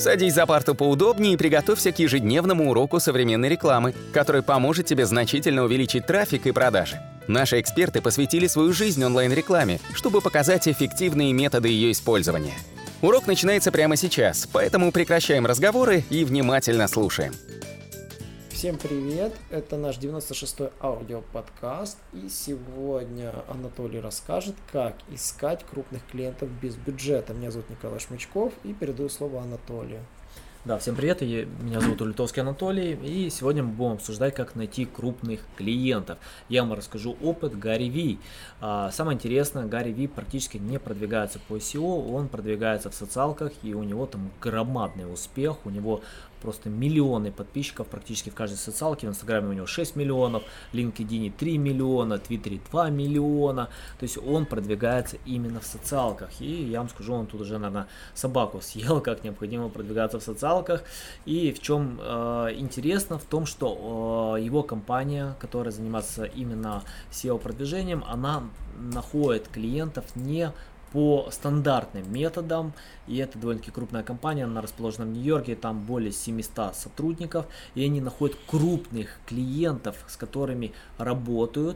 Садись за парту поудобнее и приготовься к ежедневному уроку современной рекламы, который поможет тебе значительно увеличить трафик и продажи. Наши эксперты посвятили свою жизнь онлайн-рекламе, чтобы показать эффективные методы ее использования. Урок начинается прямо сейчас, поэтому прекращаем разговоры и внимательно слушаем. Всем привет! Это наш 96-й аудиоподкаст, и сегодня Анатолий расскажет, как искать крупных клиентов без бюджета. Меня зовут Николай Шмычков, и передаю слово Анатолию. Да, всем привет, меня зовут Улитовский Анатолий, и сегодня мы будем обсуждать, как найти крупных клиентов. Я вам расскажу опыт Гарри Ви. Самое интересное, Гарри Ви практически не продвигается по SEO, он продвигается в социалках, и у него там громадный успех, у него просто миллионы подписчиков практически в каждой социалке. В Инстаграме у него 6 миллионов, в LinkedIn 3 миллиона, в Твиттере 2 миллиона. То есть он продвигается именно в социалках. И я вам скажу, он тут уже, наверное, собаку съел, как необходимо продвигаться в социалках. И в чем интересно, в том, что его компания, которая занимается именно SEO-продвижением, она находит клиентов не по стандартным методам, и это довольно-таки крупная компания, она расположена в Нью-Йорке, там более 700 сотрудников, и они находят крупных клиентов, с которыми работают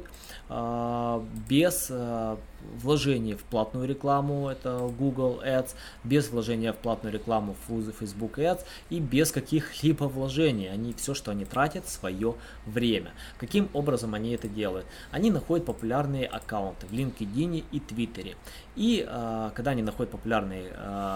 без вложений в платную рекламу, это Google Ads, без вложения в платную рекламу в Facebook Ads и без каких-либо вложений. Они все, что они тратят, свое время. Каким образом они это делают? Они находят популярные аккаунты в LinkedIn и Твиттере. И когда они находят популярные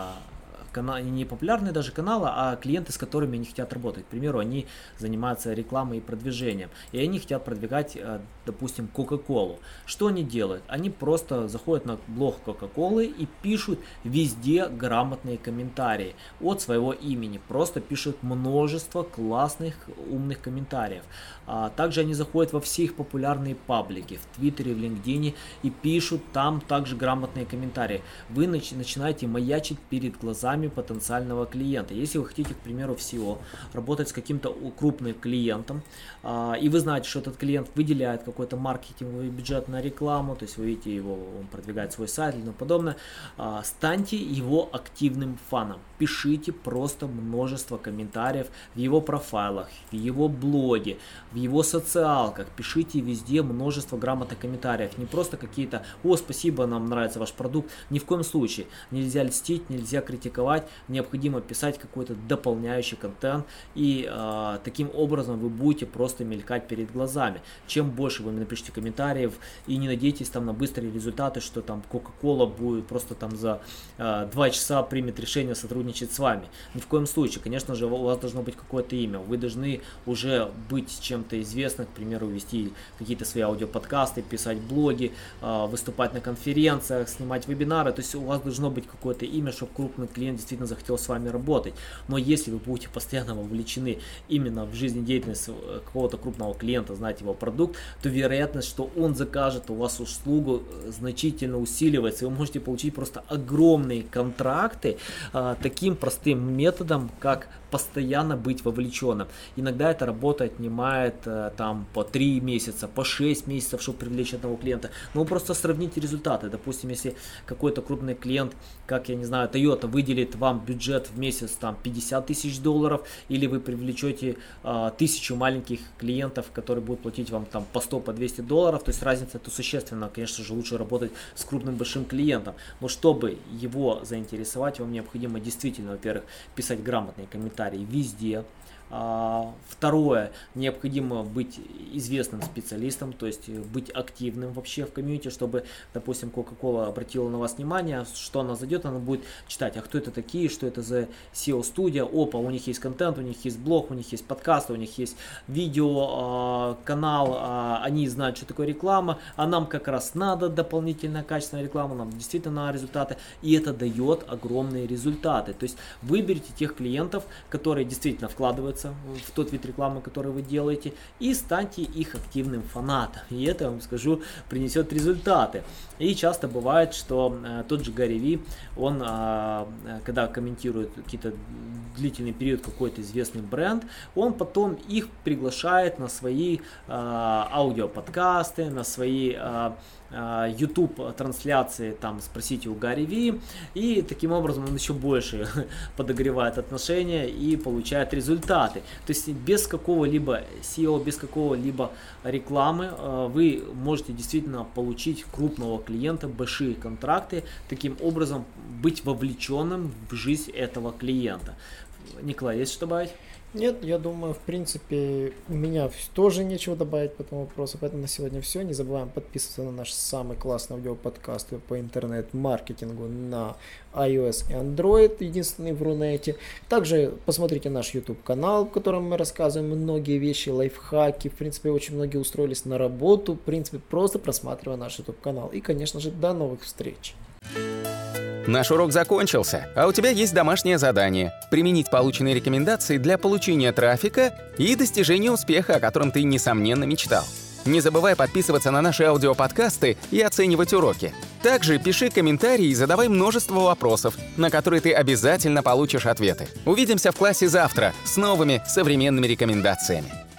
не популярные даже каналы, а клиенты, с которыми они хотят работать. К примеру, они занимаются рекламой и продвижением, и они хотят продвигать, допустим, Coca-Cola. Что они делают? Они просто заходят на блог Coca-Cola и пишут везде грамотные комментарии от своего имени. Просто пишут множество классных, умных комментариев. Также они заходят во все их популярные паблики в Твиттере, в LinkedIn и пишут там также грамотные комментарии. Вы начинаете маячить перед глазами потенциального клиента. Если вы хотите, к примеру, в SEO работать с каким-то крупным клиентом, и вы знаете, что этот клиент выделяет какой-то маркетинговый бюджет на рекламу, то есть вы видите его, он продвигает свой сайт и тому подобное, станьте его активным фаном. Пишите просто множество комментариев в его профайлах, в его блоге, в его социалках. Пишите везде множество грамотных комментариев. Не просто какие-то «О, спасибо, нам нравится ваш продукт». Ни в коем случае. Нельзя льстить, нельзя критиковать. Необходимо писать какой-то дополняющий контент. И таким образом вы будете просто мелькать перед глазами. Чем больше вы напишите комментариев, и не надейтесь там на быстрые результаты, что там Coca-Cola будет просто там за 2 часа примет решение сотрудничать с вами. Ни в коем случае. Конечно же, у вас должно быть какое-то имя. Вы должны уже быть чем-то известным, к примеру, вести какие-то свои аудиоподкасты, писать блоги, выступать на конференциях, снимать вебинары. То есть у вас должно быть какое-то имя, чтобы крупный клиент действительно захотел с вами работать. Но если вы будете постоянно вовлечены именно в жизнедеятельность какого-то крупного клиента, знаете его продукт, то вероятность, что он закажет у вас услугу, значительно усиливается. Вы можете получить просто огромные контракты таким простым методом, как постоянно быть вовлеченным. Иногда эта работа отнимает там по 3 месяца, по 6 месяцев, чтобы привлечь одного клиента. Но вы просто сравните результаты. Допустим, если какой-то крупный клиент, как я не знаю, Toyota выделит вам бюджет в месяц там 50 тысяч долларов, или вы привлечете 1000 маленьких клиентов, которые будут платить вам там по 100, по 200 долларов, то есть разница это существенна. Конечно же, лучше работать с крупным большим клиентом. Но чтобы его заинтересовать, вам необходимо действительно, во-первых, писать грамотные комментарии везде. Второе, необходимо быть известным специалистом, то есть быть активным вообще в комьюнити, чтобы, допустим, Coca-Cola обратила на вас внимание, что она зайдет, она будет читать, а кто это такие, что это за SEO-студия, опа, у них есть контент, у них есть блог, у них есть подкасты, у них есть видео, канал, они знают, что такое реклама, а нам как раз надо дополнительная качественная реклама, нам действительно надо результаты, и это дает огромные результаты. То есть выберите тех клиентов, которые действительно вкладываются в тот вид рекламы, который вы делаете, и станьте их активным фанатом. И это, я вам скажу, принесет результаты. И часто бывает, что тот же Гарри Ви, он, когда комментирует какие-то длительный период какой-то известный бренд, он потом их приглашает на свои аудиоподкасты, на свои YouTube трансляции, там спросите у Гарри Ви, и таким образом он еще больше подогревает отношения и получает результаты. То есть без какого-либо SEO, без какого-либо рекламы вы можете действительно получить крупного клиента, большие контракты, таким образом быть вовлеченным в жизнь этого клиента. Николай, есть что добавить? Нет, я думаю, в принципе, у меня тоже нечего добавить по этому вопросу, поэтому на сегодня все. Не забываем подписываться на наш самый классный аудиоподкаст по интернет-маркетингу на iOS и Android, единственный в Рунете. Также посмотрите наш YouTube-канал, в котором мы рассказываем многие вещи, лайфхаки. В принципе, очень многие устроились на работу, в принципе, просто просматривая наш YouTube-канал. И, конечно же, до новых встреч! Наш урок закончился, а у тебя есть домашнее задание – применить полученные рекомендации для получения трафика и достижения успеха, о котором ты, несомненно, мечтал. Не забывай подписываться на наши аудиоподкасты и оценивать уроки. Также пиши комментарии и задавай множество вопросов, на которые ты обязательно получишь ответы. Увидимся в классе завтра с новыми современными рекомендациями.